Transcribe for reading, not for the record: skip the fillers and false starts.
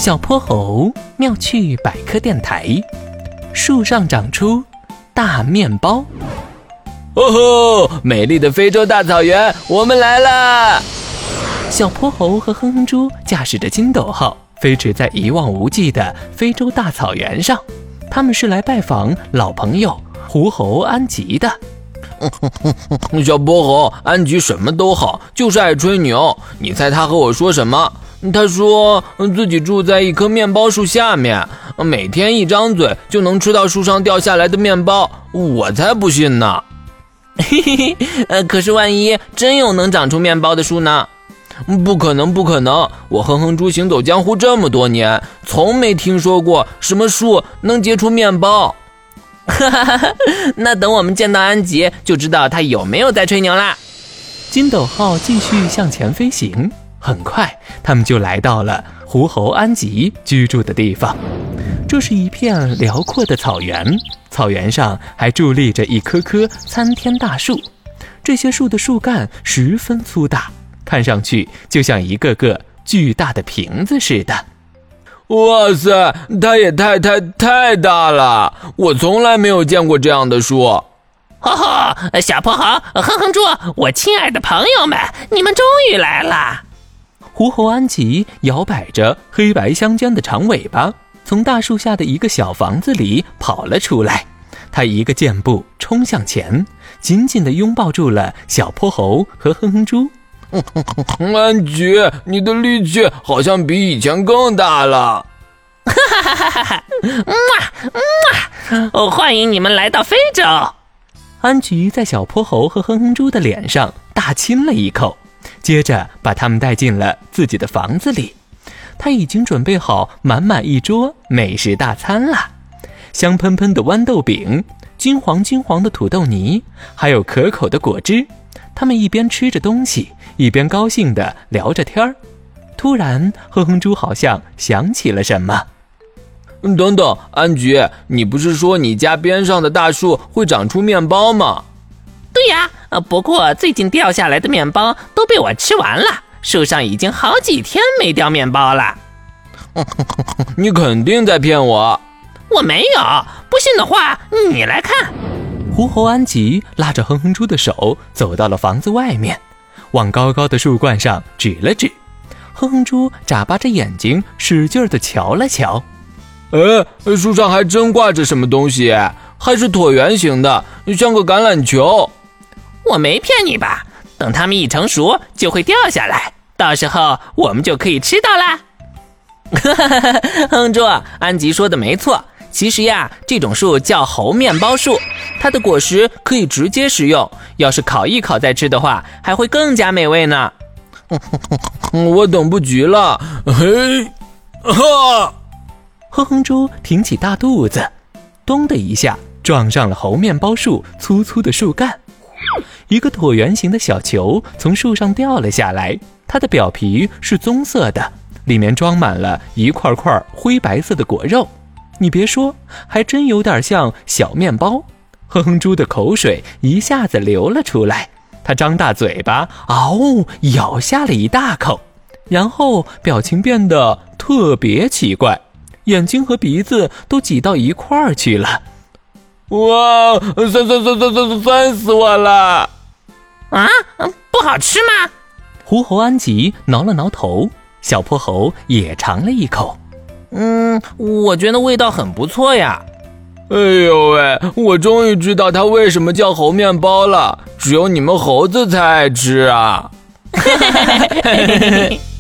小泼猴妙趣百科电台，树上长出大面包。 哦吼，美丽的非洲大草原，我们来啦！ 小泼猴和哼哼猪驾驶着筋斗号飞驰在一望无际的非洲大草原上，他们是来拜访老朋友狐猴安吉的。 小泼猴安吉什么都好，就是爱吹牛。你猜他和我说什么？他说自己住在一棵面包树下面，每天一张嘴就能吃到树上掉下来的面包。我才不信呢！ 可是万一真有能长出面包的树呢？ 不可能，不可能！我哼哼猪行走江湖这么多年，从没听说过什么树能结出面包。 那等我们见到安吉，就知道他有没有在吹牛啦。 筋斗号继续向前飞行，很快他们就来到了狐猴安吉居住的地方。这是一片辽阔的草原，草原上还伫立着一棵棵参天大树，这些树的树干十分粗大，看上去就像一个个巨大的瓶子似的。 哇塞，它也太大了，我从来没有见过这样的树。 吼吼，小泼猴，哼哼猪，我亲爱的朋友们，你们终于来了。 狐猴安吉摇摆着黑白相间的长尾巴，从大树下的一个小房子里跑了出来。他一个箭步冲向前，紧紧地拥抱住了小泼猴和哼哼猪。 安吉，你的力气好像比以前更大了。 欢迎你们来到非洲。 安吉在小泼猴和哼哼猪的脸上大亲了一口，接着把他们带进了自己的房子里。他已经准备好满满一桌美食大餐了，香喷喷的豌豆饼，金黄的土豆泥，还有可口的果汁。他们一边吃着东西，一边高兴地聊着天儿。突然，哼哼猪好像想起了什么。 等等，安吉，你不是说你家边上的大树会长出面包吗？ 对呀，不过最近掉下来的面包都被我吃完了，树上已经好几天没掉面包了。 你肯定在骗我。 我没有，不信的话你来看。 狐猴安吉拉着哼哼猪的手走到了房子外面，往高高的树冠上指了指。哼哼猪眨巴着眼睛使劲地瞧了瞧。 树上还真挂着什么东西，还是椭圆形的，像个橄榄球。 我没骗你吧？等它们一成熟就会掉下来，到时候我们就可以吃到啦。哼猪，安吉说的没错，其实呀，这种树叫猴面包树，它的果实可以直接食用，要是烤一烤再吃的话，还会更加美味呢。 我等不及了。嘿，哈！ 哼哼猪挺起大肚子，咚的一下撞上了猴面包树粗粗的树干。一个椭圆形的小球从树上掉了下来，它的表皮是棕色的，里面装满了一块块灰白色的果肉。你别说，还真有点像小面包。哼哼猪的口水一下子流了出来，他张大嘴巴，咬下了一大口，然后表情变得特别奇怪，眼睛和鼻子都挤到一块儿去了。 哇，酸死我了！ 啊，不好吃吗？ 狐猴安吉挠了挠头，小泼猴也尝了一口。 我觉得味道很不错呀。 哎呦喂，我终于知道它为什么叫猴面包了，只有你们猴子才爱吃啊。